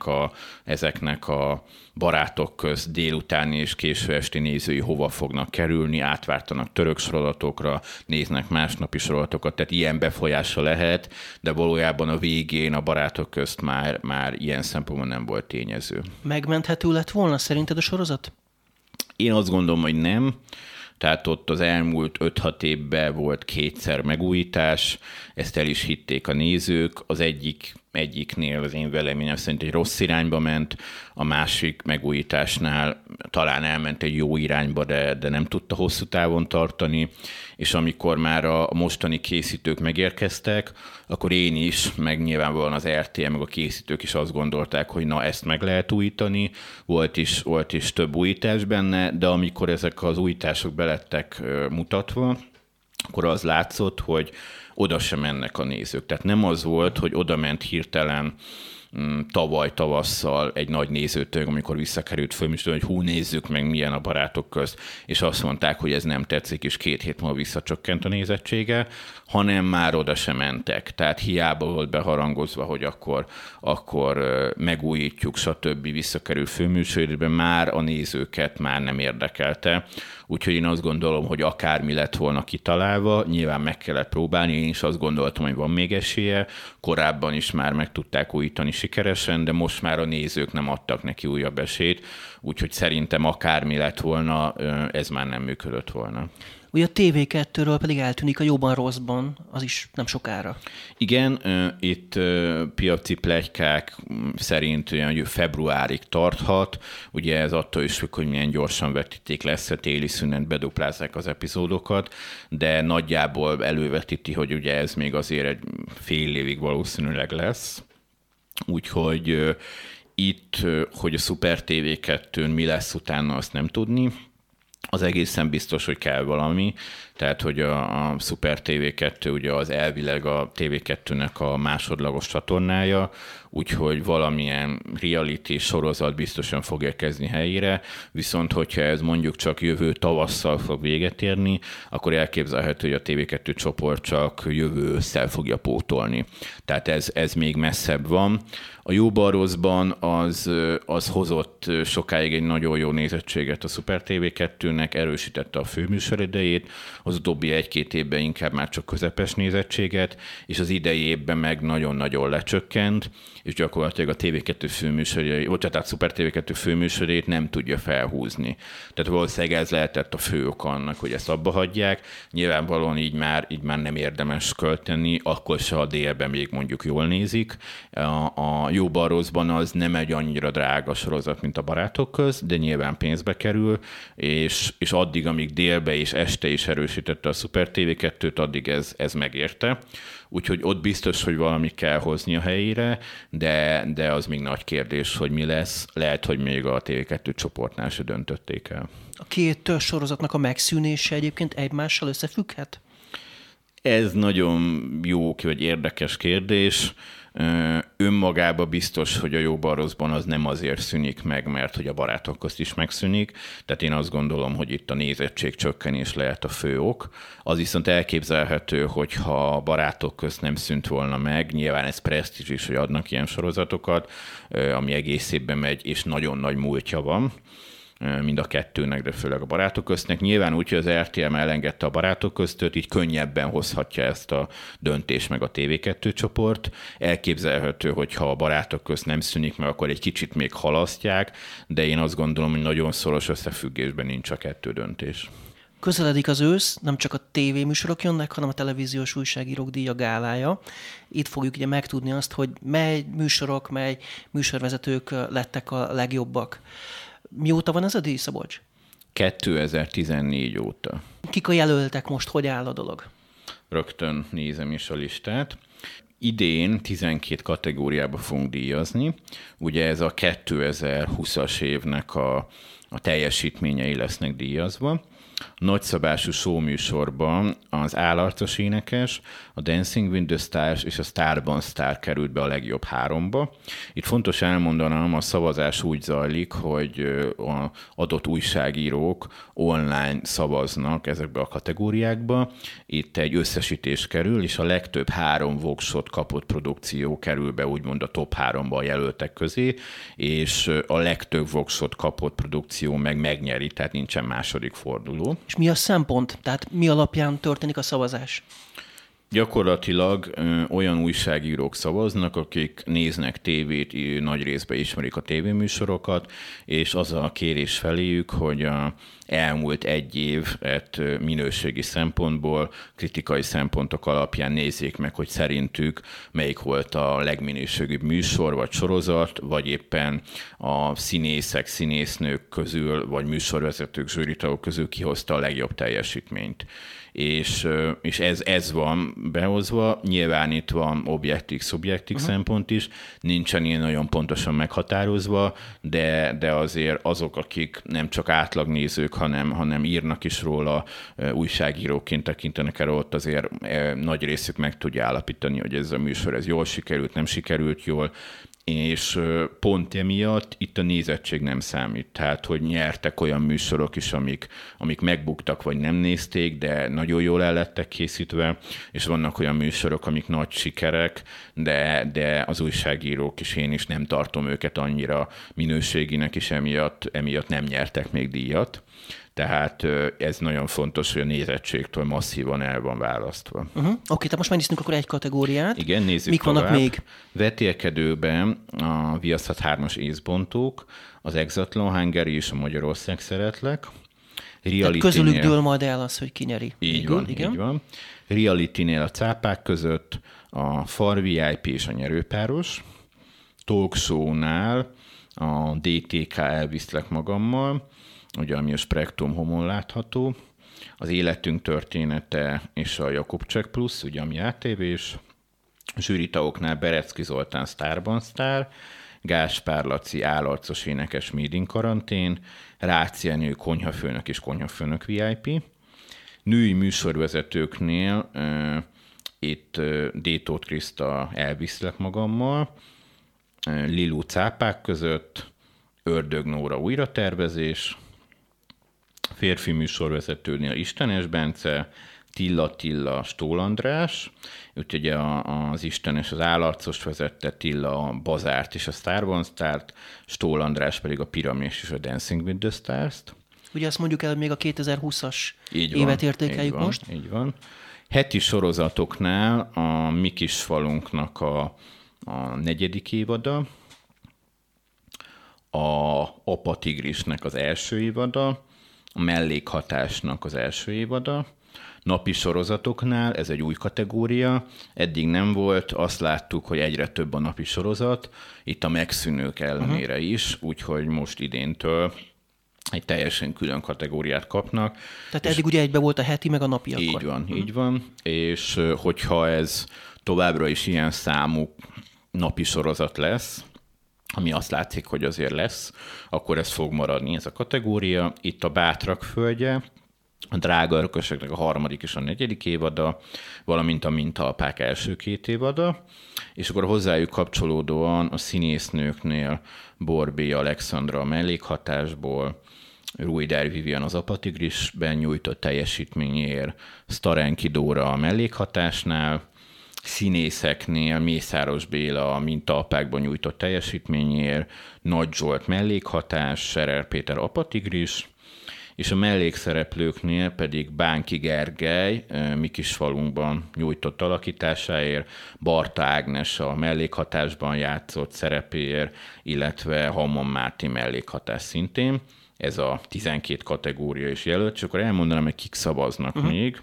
ezeknek a Barátok közt délutáni és késő esti nézői hova fognak kerülni, átváltanak török sorozatokra, néznek másnapi sorozatokat, tehát ilyen befolyása lehet, de valójában a végén a Barátok közt már ilyen szempontból nem volt tényező. Megmenthető lett volna szerinted a sorozat? Én azt gondolom, hogy nem. Tehát ott az elmúlt 5-6 évben volt 2-szer megújítás, ezt el is hitték a nézők. Az egyiknél az én véleményem szerint egy rossz irányba ment, a másik megújításnál talán elment egy jó irányba, de nem tudta hosszú távon tartani, és amikor már a mostani készítők megérkeztek, akkor én is, meg nyilvánvalóan az RTL, meg a készítők is azt gondolták, hogy na, ezt meg lehet újítani, volt is több újítás benne, de amikor ezek az újítások belettek mutatva, akkor az látszott, hogy oda sem mennek a nézők. Tehát nem az volt, hogy oda ment hirtelen tavaly tavasszal egy nagy nézőtömeg, amikor visszakerült főműsor, hogy nézzük meg, milyen a Barátok közt, és azt mondták, hogy ez nem tetszik, és 2 hét múlva visszacsökkent a nézettsége, hanem már oda sem mentek. Tehát hiába volt beharangozva, hogy akkor megújítjuk, stb. Visszakerül főműsorban, már a nézőket már nem érdekelte. Úgyhogy én azt gondolom, hogy akármi lett volna kitalálva, nyilván meg kellett próbálni, én is azt gondoltam, hogy van még esélye, korábban is már meg tudták újítani sikeresen, de most már a nézők nem adtak neki újabb esélyt, úgyhogy szerintem akármi lett volna, ez már nem működött volna. Ugye a TV2-ről pedig eltűnik a Jóban Rosszban, az is nem sokára. Igen, itt piaci pletykák szerint olyan februárig tarthat. Ugye ez attól is függ, hogy milyen gyorsan vetíték lesz, a téli szünet beduplázzák az epizódokat, de nagyjából elővetíti, hogy ugye ez még azért egy fél évig valószínűleg lesz. Úgyhogy itt, hogy a Super TV2-n mi lesz utána, azt nem tudni. Az egészen biztos, hogy kell valami, tehát hogy a Super TV2 ugye az elvileg a TV2-nek a másodlagos csatornája, úgyhogy valamilyen reality sorozat biztosan fog érkezni helyére, viszont hogyha ez mondjuk csak jövő tavasszal fog véget érni, akkor elképzelhető, hogy a TV2 csoport csak jövő ősszel fogja pótolni. Tehát ez még messzebb van. A Jóban Rosszban az hozott sokáig egy nagyon jó nézettséget a Super TV2-nek, erősítette a főműsor idejét, az utóbbi 1-2 évben inkább már csak közepes nézettséget, és az idei évben meg nagyon-nagyon lecsökkent, és gyakorlatilag a TV2 főműsorjai, tehát Super TV2 főműsorét nem tudja felhúzni. Tehát valószínűleg ez lehetett a fő ok annak, hogy ezt abba hagyják. Nyilvánvalóan így már nem érdemes költeni, akkor se a délben még mondjuk jól nézik. A Jóban Rosszban az nem egy annyira drága sorozat, mint a Barátok közt, de nyilván pénzbe kerül, és addig, amíg délbe és este is erősítette a Super TV2-t, addig ez megérte. Úgyhogy ott biztos, hogy valami kell hozni a helyére, de az még nagy kérdés, hogy mi lesz. Lehet, hogy még a TV2 csoportnál se döntötték el. A két sorozatnak a megszűnése egyébként egymással összefügghet? Ez nagyon jó, vagy érdekes kérdés. Önmagában biztos, hogy a jóban rosszban az nem azért szűnik meg, mert hogy a barátok közt is megszűnik. Tehát én azt gondolom, hogy itt a nézettség csökkenés lehet a fő ok. Az viszont elképzelhető, hogyha a barátok közt nem szűnt volna meg, nyilván ez presztízs is, hogy adnak ilyen sorozatokat, ami egész évben megy, és nagyon nagy múltja van. Mind a kettőnek, de főleg a barátok köztnek. Nyilván úgy, hogy az RTL elengedte a barátok köztöt, így könnyebben hozhatja ezt a döntést meg a TV2 csoport. Elképzelhető, hogy ha a barátok közt nem szűnik meg, akkor egy kicsit még halasztják, de én azt gondolom, hogy nagyon szoros összefüggésben nincs a kettő döntés. Közeledik az ősz, nem csak a tévéműsorok jönnek, hanem a televíziós újságírók díja gálája. Itt fogjuk ugye megtudni azt, hogy mely műsorok, mely műsorvezetők lettek a legjobbak. Mióta van ez a díj, Szabolcs? 2014 óta. Kik a jelöltek most, hogy áll a dolog? Rögtön nézem is a listát. Idén 12 kategóriába fogunk díjazni. Ugye ez a 2020-as évnek a teljesítményei lesznek díjazva. Nagyszabású showműsorban az Állarcos énekes, a Dancing with the Stars és a Starban Star került be a legjobb 3-ba. Itt fontos elmondanom, a szavazás úgy zajlik, hogy az adott újságírók online szavaznak ezekbe a kategóriákba. Itt egy összesítés kerül, és a legtöbb 3 voksot kapott produkció kerül be úgymond a top 3-ba a jelöltek közé, és a legtöbb voksot kapott produkció meg megnyeri, tehát nincsen második forduló. És mi a szempont? Tehát mi alapján történik a szavazás? Gyakorlatilag olyan újságírók szavaznak, akik néznek tévét, nagy részben ismerik a tévéműsorokat, és az a kérés feléjük, hogy a elmúlt egy évet minőségi szempontból, kritikai szempontok alapján nézzék meg, hogy szerintük melyik volt a legminőségibb műsor, vagy sorozat, vagy éppen a színészek, színésznők közül, vagy műsorvezetők, zsűritagok közül kihozta a legjobb teljesítményt. És ez van behozva, nyilván itt van objektív-szubjektív szempont is, nincsen ilyen nagyon pontosan meghatározva, de azért azok, akik nem csak átlagnézők, hanem írnak is róla, újságíróként tekintenek erre, ott azért nagy részük meg tudja állapítani, hogy ez a műsor ez jól sikerült, nem sikerült jól, és pont emiatt itt a nézettség nem számít. Tehát, hogy nyertek olyan műsorok is, amik megbuktak, vagy nem nézték, de nagyon jól el lettek készítve, és vannak olyan műsorok, amik nagy sikerek, de az újságírók is, én is nem tartom őket annyira minőséginek, és emiatt nem nyertek még díjat. Tehát ez nagyon fontos, hogy a nézettségtől masszívan el van választva. Oké, tehát most megnézzünk akkor egy kategóriát. Igen, nézzük Mik tovább. vannak még? Vetélkedőben a Viaszat 3-as észbontók, az Exatlon Hungary és a Magyarország szeretlek. Tehát közülük dől majd el az, hogy ki nyeri. Így van. Reality-nél a Cápák között, a Far VIP és a Nyerőpáros. Talkshow-nál a DTK Elviszlek magammal, ugye ami a Spektrum Homon látható, az Életünk története és a Jakubcsek Plusz, ugye ami ATV-s, zsűritagoknál Berecki Zoltán Starban Star, Gáspár Laci Állarcos énekes Made in karantén, Rácz Jenő konyhafőnök és konyhafőnök VIP. Női műsorvezetőknél itt Détót Kriszta Elviszlek magammal, Lilu Cápák között, Ördög Nóra újratervezés, férfi műsorvezetőnél Istenes Bence, Tilla Stól András, úgyhogy az Istenes az Állarcost vezette, Tilla a Bazárt és a Starban Start, Stól András pedig a Piramis és a Dancing with the Stars-t. Ugye azt mondjuk el, hogy még a 2020-as évet értékeljük most. Így van. Heti sorozatoknál a Mi kis falunknak a 4. évada, a Apa Tigrisnek az első évada, a Mellékhatásnak az első évada. Napi sorozatoknál ez egy új kategória, eddig nem volt, azt láttuk, hogy egyre több a napi sorozat, itt a megszűnők ellenére is, úgyhogy most idéntől egy teljesen külön kategóriát kapnak. Tehát eddig ugye egybe volt a heti, meg a napi akkor. Így van, és hogyha ez továbbra is ilyen számú napi sorozat lesz, ami azt látszik, hogy azért lesz, akkor ez fog maradni ez a kategória. Itt a Bátrak földje, a Drága örököseknek a 3. és a 4. évada, valamint a Mintaapák első 2 évada, és akkor hozzájuk kapcsolódóan a színésznőknél Borbély Alexandra a mellékhatásból, Ruider Vivian az Apatigrisben nyújtott teljesítményért, Sztarenki Dóra a mellékhatásnál, színészeknél Mészáros Béla a Mintaapákban nyújtott teljesítményért, Nagy Zsolt mellékhatás, Serer Péter Apatigris, és a mellékszereplőknél pedig Bánki Gergely Mi Kisfalunkban nyújtott alakításáért, Barta Ágnes a mellékhatásban játszott szerepéért, illetve Hammon Máté mellékhatás szintén. Ez a 12 kategória is jelölt, és akkor elmondanám, hogy kik szavaznak még.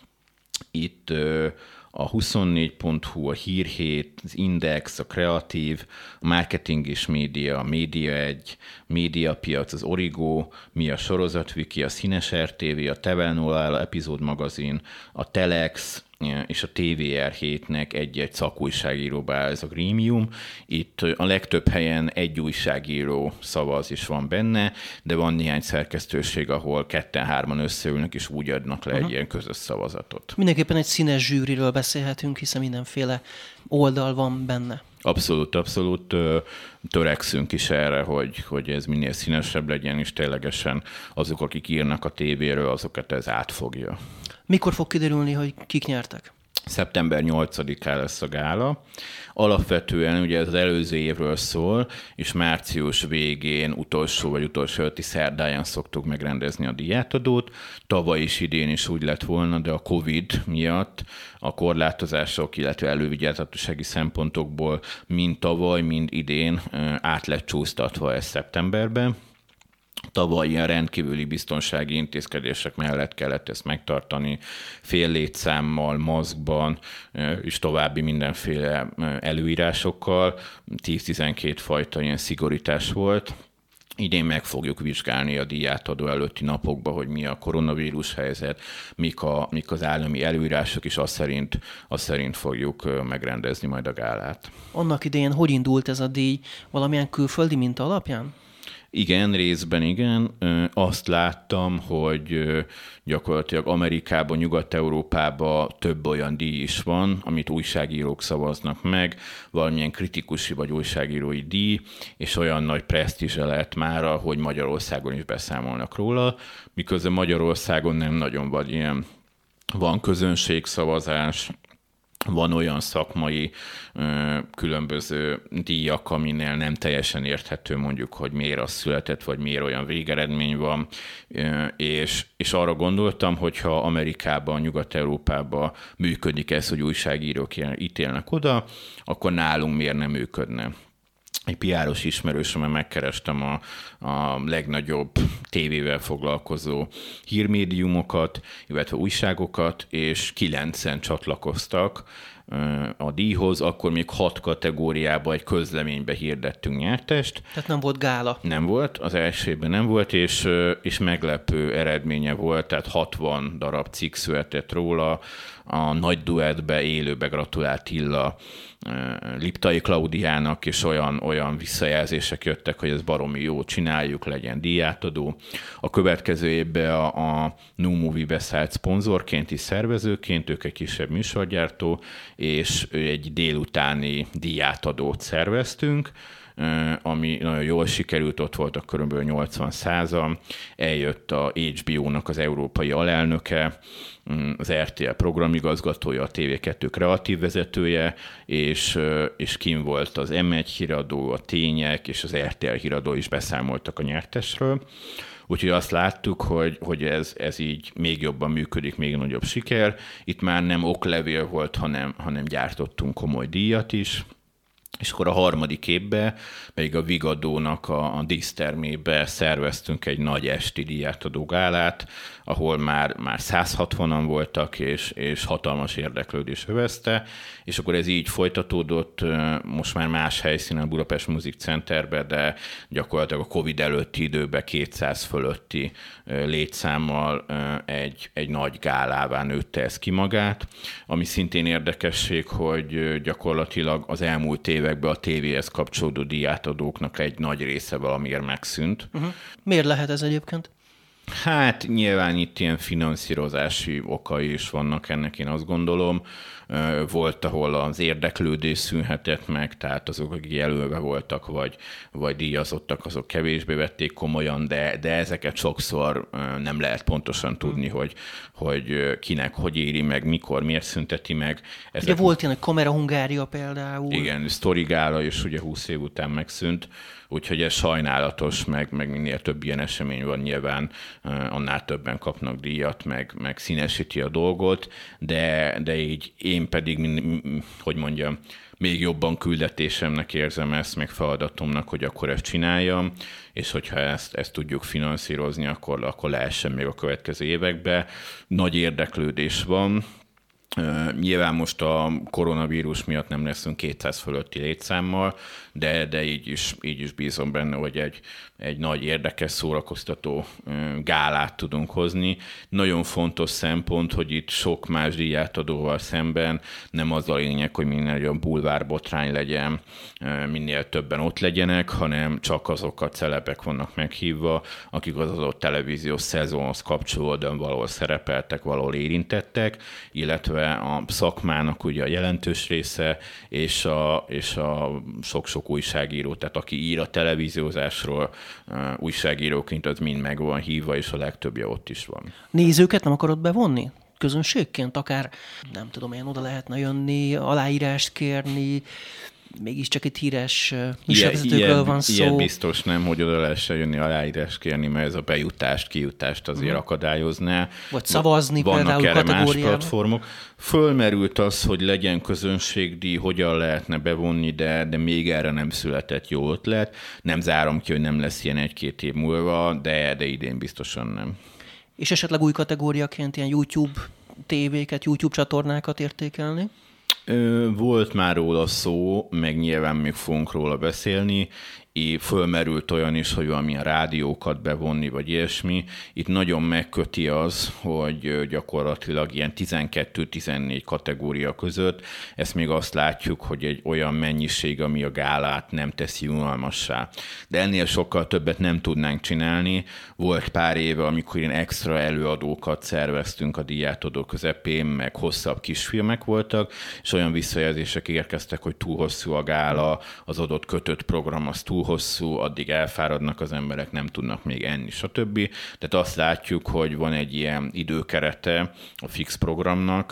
Itt a 24.hu, a Hírhét, az Index, a Kreatív, a Marketing és Média, a Média 1, Médiapiac, az Origo, mi a Sorozatviki, a Színes RTV, a Tevelnolál epizód magazin, a Telex, és a TVR 7-nek egy-egy szakújságíróba áll ez a grémium. Itt a legtöbb helyen egy újságíró szavaz is van benne, de van néhány szerkesztőség, ahol 2-3 összeülnek, és úgy adnak le egy ilyen közös szavazatot. Mindenképpen egy színes zsűriről beszélhetünk, hiszen mindenféle oldal van benne. Abszolút törekszünk is erre, hogy ez minél színesebb legyen, és ténylegesen azok, akik írnak a tévéről, azokat ez átfogja. Mikor fog kiderülni, hogy kik nyertek? Szeptember 8-án lesz a gála. Alapvetően ugye ez az előző évről szól, és március végén utolsó előtti szerdáján szoktuk megrendezni a díjátadót. Tavaly is, idén is úgy lett volna, de a Covid miatt a korlátozások, illetve elővigyázatossági szempontokból mind tavaly, mind idén át lett csúsztatva ez szeptemberben. Tavaly ilyen rendkívüli biztonsági intézkedések mellett kellett ezt megtartani, fél létszámmal, maszkban, és további mindenféle előírásokkal. 10-12 fajta ilyen szigorítás volt. Idén meg fogjuk vizsgálni a díjátadó előtti napokban, hogy mi a koronavírus helyzet, mik az állami előírások, és azt szerint fogjuk megrendezni majd a gálát. Annak idején hogy indult ez a díj? Valamilyen külföldi minta alapján? Igen, részben igen. Azt láttam, hogy gyakorlatilag Amerikában, Nyugat-Európában több olyan díj is van, amit újságírók szavaznak meg, valamilyen kritikusi vagy újságírói díj, és olyan nagy presztízse lett mára, hogy Magyarországon is beszámolnak róla, miközben Magyarországon nem nagyon van közönségszavazás, van olyan szakmai különböző díjak, aminél nem teljesen érthető mondjuk, hogy miért az született, vagy miért olyan végeredmény van, és arra gondoltam, hogy ha Amerikában, Nyugat-Európában működik ez, hogy újságírók ítélnek oda, akkor nálunk miért nem működne. Egy PR-os ismerősömmel megkerestem a legnagyobb tévével foglalkozó hírmédiumokat, illetve újságokat, és 9-en csatlakoztak a díjhoz, akkor még 6 kategóriába egy közleménybe hirdettünk nyertest. Tehát nem volt gála. Nem volt, az elsőben nem volt, és meglepő eredménye volt, tehát 60 darab cikk született róla, a nagy duettbe élőbe gratulált Illa Liptai Klaudiának, és olyan visszajelzések jöttek, hogy ez baromi jó, csináljuk, legyen díjátadó. A következő évben a New Movie beszállt szponzorként és szervezőként, ők egy kisebb műsorgyártó, és egy délutáni díjátadót szerveztünk, ami nagyon jól sikerült, ott voltak körülbelül 80-100-an, eljött a HBO-nak az európai alelnöke, az RTL programigazgatója, a TV2 kreatív vezetője, és kim volt az M1 híradó, a Tények és az RTL híradó is beszámoltak a nyertesről. Úgyhogy azt láttuk, hogy ez így még jobban működik, még nagyobb siker. Itt már nem oklevél volt, hanem gyártottunk komoly díjat is. És akkor a harmadik évben pedig a Vigadónak a dísztermébe szerveztünk egy nagy esti díjátadó gálát, ahol már 160-an voltak, és hatalmas érdeklődés övezte, és akkor ez így folytatódott, most már más helyszínen, a Budapest Music Centerben, de gyakorlatilag a Covid előtti időben 200 fölötti létszámmal egy nagy gálává nőtte ez ki magát, ami szintén érdekesség, hogy gyakorlatilag az elmúlt években a tévéhez kapcsolódó díjátadóknak egy nagy része valamiért megszűnt. Miért lehet ez egyébként? Hát nyilván itt ilyen finanszírozási okai is vannak ennek, én azt gondolom. Volt, ahol az érdeklődés szűnhetett meg, tehát azok, akik jelölve voltak, vagy díjazottak, azok kevésbé vették komolyan, de ezeket sokszor nem lehet pontosan tudni, hogy kinek hogy éri meg, mikor, miért szünteti meg. Ugye volt ilyen, hogy Kamera Hungária például. Igen, Sztori Gála is ugye 20 év után megszűnt, úgyhogy ez sajnálatos, meg minél több ilyen esemény van nyilván, annál többen kapnak díjat, meg színesíti a dolgot, de így én pedig, hogy mondjam, még jobban küldetésemnek érzem ezt, meg feladatomnak, hogy akkor ezt csináljam, és hogyha ezt tudjuk finanszírozni, akkor lehessen még a következő években. Nagy érdeklődés van. Nyilván most a koronavírus miatt nem leszünk 200 fölötti létszámmal, de így is bízom benne, hogy egy nagy érdekes, szórakoztató gálát tudunk hozni. Nagyon fontos szempont, hogy itt sok más díjátadóval szemben nem az a lényeg, hogy minél nagyobb bulvárbotrány legyen, minél többen ott legyenek, hanem csak azok a celebek vannak meghívva, akik az adott televíziós szezonhoz kapcsolódóan valahol szerepeltek, valahol érintettek, illetve a szakmának ugye a jelentős része, és a sok-sok újságíró, tehát aki ír a televíziózásról, újságíróként az mind meg van hívva, és a legtöbbje ott is van. Nézőket nem akarod bevonni? Közönségként akár, nem tudom, ilyen oda lehetne jönni, aláírást kérni, mégiscsak itt híres műsorvezetőkről van szó. Ilyen biztos nem, hogy oda lehessen jönni aláírást kérni, mert ez a bejutást, kijutást azért akadályozná. Vagy szavazni vannak például erre kategóriában. más platformok. Fölmerült az, hogy legyen közönségdíj, hogyan lehetne bevonni, de még erre nem született jó ötlet. Nem zárom ki, hogy nem lesz ilyen 1-2 év múlva, de idén biztosan nem. És esetleg új kategóriaként ilyen YouTube tévéket, YouTube csatornákat értékelni? Volt már róla szó, meg nyilván még fogunk róla beszélni. Fölmerült olyan is, hogy valamilyen rádiókat bevonni, vagy ilyesmi. Itt nagyon megköti az, hogy gyakorlatilag ilyen 12-14 kategória között, ezt még azt látjuk, hogy egy olyan mennyiség, ami a gálát nem teszi unalmassá. De ennél sokkal többet nem tudnánk csinálni. Volt pár éve, amikor ilyen extra előadókat szerveztünk a díjátadó közepén, meg hosszabb kisfilmek voltak, és olyan visszajelzések érkeztek, hogy túl hosszú a gála, az adott kötött program az túl hosszú, addig elfáradnak az emberek, nem tudnak még enni, stb. Tehát azt látjuk, hogy van egy ilyen időkerete a fix programnak,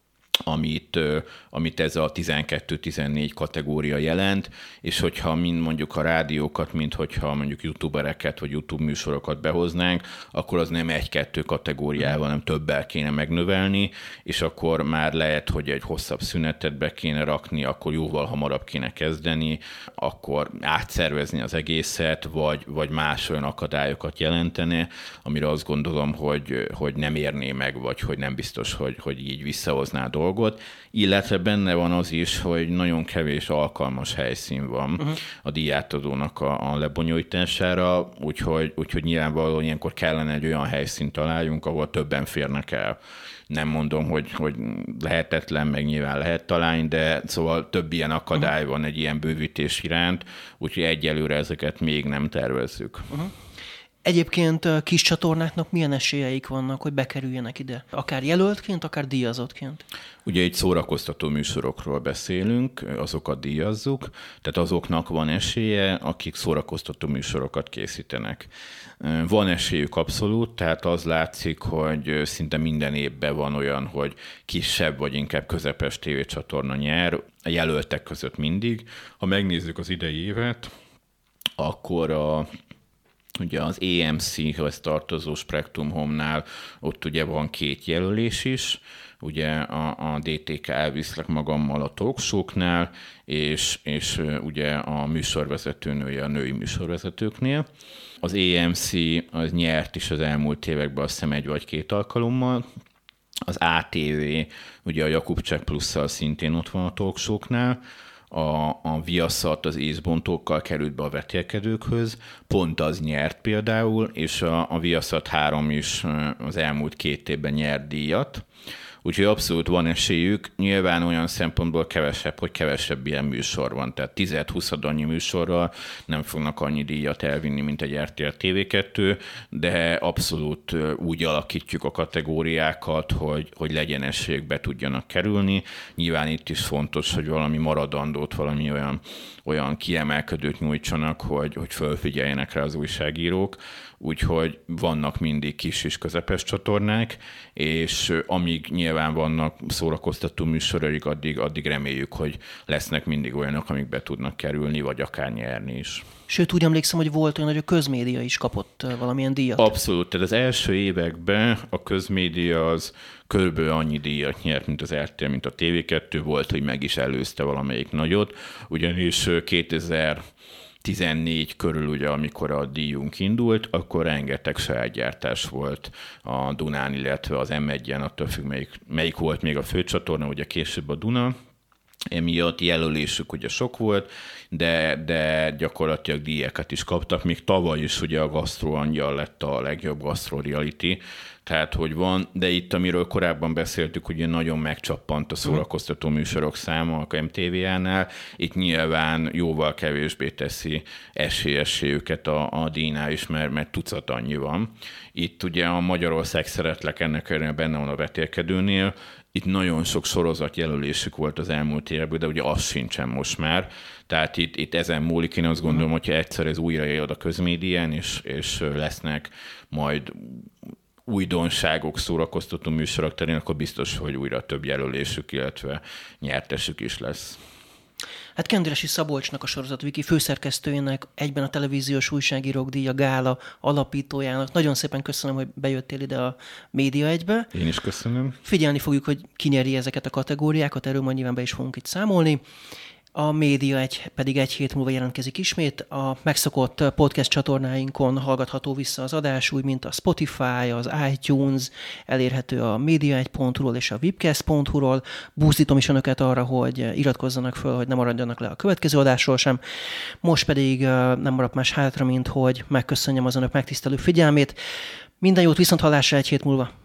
amit ez a 12-14 kategória jelent, és hogyha mind mondjuk a rádiókat, mint hogyha mondjuk youtubereket vagy YouTube műsorokat behoznánk, akkor az nem 1-2 kategóriával, hanem többel kéne megnövelni, és akkor már lehet, hogy egy hosszabb szünetet be kéne rakni, akkor jóval hamarabb kéne kezdeni, akkor átszervezni az egészet, vagy más olyan akadályokat jelentene, amire azt gondolom, hogy nem érné meg, vagy hogy nem biztos, hogy így visszahozná a dolgot, illetve benne van az is, hogy nagyon kevés alkalmas helyszín van a díjátadónak a lebonyolítására, úgyhogy nyilvánvalóan ilyenkor kellene egy olyan helyszínt találjunk, ahol többen férnek el. Nem mondom, hogy lehetetlen, meg nyilván lehet találni, de szóval több ilyen akadály van egy ilyen bővítés iránt, úgyhogy egyelőre ezeket még nem tervezzük. Egyébként kis csatornáknak milyen esélyeik vannak, hogy bekerüljenek ide? Akár jelöltként, akár díjazottként? Ugye egy szórakoztató műsorokról beszélünk, azokat díjazzuk, tehát azoknak van esélye, akik szórakoztató műsorokat készítenek. Van esélyük abszolút, tehát az látszik, hogy szinte minden évben van olyan, hogy kisebb vagy inkább közepes tévécsatorna nyer, a jelöltek között mindig. Ha megnézzük az idei évet, akkor ugye az EMC-hez tartozó Spektrum Home-nál ott ugye van 2 jelölés is, ugye a DTK elviszlek magammal a talkshow-knál, és ugye a műsorvezetőnője a női műsorvezetőknél. Az EMC az nyert is az elmúlt években, azt hiszem 1 vagy 2 alkalommal. Az ATV ugye a Jakubcsák Plusszal szintén ott van a talkshow-knál. A Viaszat az észbontókkal került be a vetélkedőkhöz, pont az nyert például, és a Viaszat 3 is az elmúlt 2 évben nyert díjat. úgyhogy abszolút van esélyük. Nyilván olyan szempontból kevesebb, hogy kevesebb ilyen műsor van, tehát 10-20 annyi műsorral nem fognak annyi díjat elvinni, mint egy RTL TV2, de abszolút úgy alakítjuk a kategóriákat, hogy legyen esélyük, be tudjanak kerülni. Nyilván itt is fontos, hogy valami maradandót, valami olyan kiemelkedőt nyújtsanak, hogy fölfigyeljenek rá az újságírók, úgyhogy vannak mindig kis és közepes csatornák, és amíg nyilván vannak szórakoztató műsoraik, addig reméljük, hogy lesznek mindig olyanok, amik be tudnak kerülni, vagy akár nyerni is. Sőt, úgy emlékszem, hogy volt olyan, hogy a közmédia is kapott valamilyen díjat. Abszolút, tehát az első években a közmédia az körülbelül annyi díjat nyert, mint az RTL, mint a TV2, volt, hogy meg is előzte valamelyik nagyot, ugyanis 2014 körül, ugye, amikor a díjunk indult, akkor rengeteg saját gyártás volt a Dunán, illetve az M1-en, attól függ, melyik volt még a főcsatorna, ugye később a Duna. Emiatt jelölésük ugye sok volt, de gyakorlatilag díjakat is kaptak. Még tavaly is ugye a Gastro Angyal lett a legjobb gastro reality, tehát hogy van, de itt, amiről korábban beszéltük, ugye nagyon megcsappant a szórakoztató műsorok száma a MTV-nál, itt nyilván jóval kevésbé teszi esélyüket a díjnál is, mert tucat annyi van. Itt ugye a Magyarország Szeretlek, ennek benne van a vetélkedőnél, itt nagyon sok sorozat jelölésük volt az elmúlt években, de ugye az sincsen most már. Tehát itt ezen múlik, én azt gondolom, hogyha egyszer ez újraél a közmédián, és lesznek majd újdonságok, szórakoztató műsorok terén, akkor biztos, hogy újra több jelölésük, illetve nyertesük is lesz. Hát Kendresi Szabolcsnak, a Sorozat Wiki főszerkesztőjének, egyben a Televíziós Újságírók Díja Gála alapítójának nagyon szépen köszönöm, hogy bejöttél ide a Média Egybe. Én is köszönöm. Figyelni fogjuk, hogy ki nyeri ezeket a kategóriákat, erről majd nyilván be is fogunk itt számolni. A Média Egy pedig egy hét múlva jelentkezik ismét. A megszokott podcast csatornáinkon hallgatható vissza az adás, úgy, mint a Spotify, az iTunes, elérhető a media1.hu-ról és a webcast.hu-ról. Buzdítom is önöket arra, hogy iratkozzanak föl, hogy ne maradjanak le a következő adásról sem. Most pedig nem maradt más hátra, mint hogy megköszönjem az önök megtisztelő figyelmét. Minden jót, viszonthallásra egy hét múlva!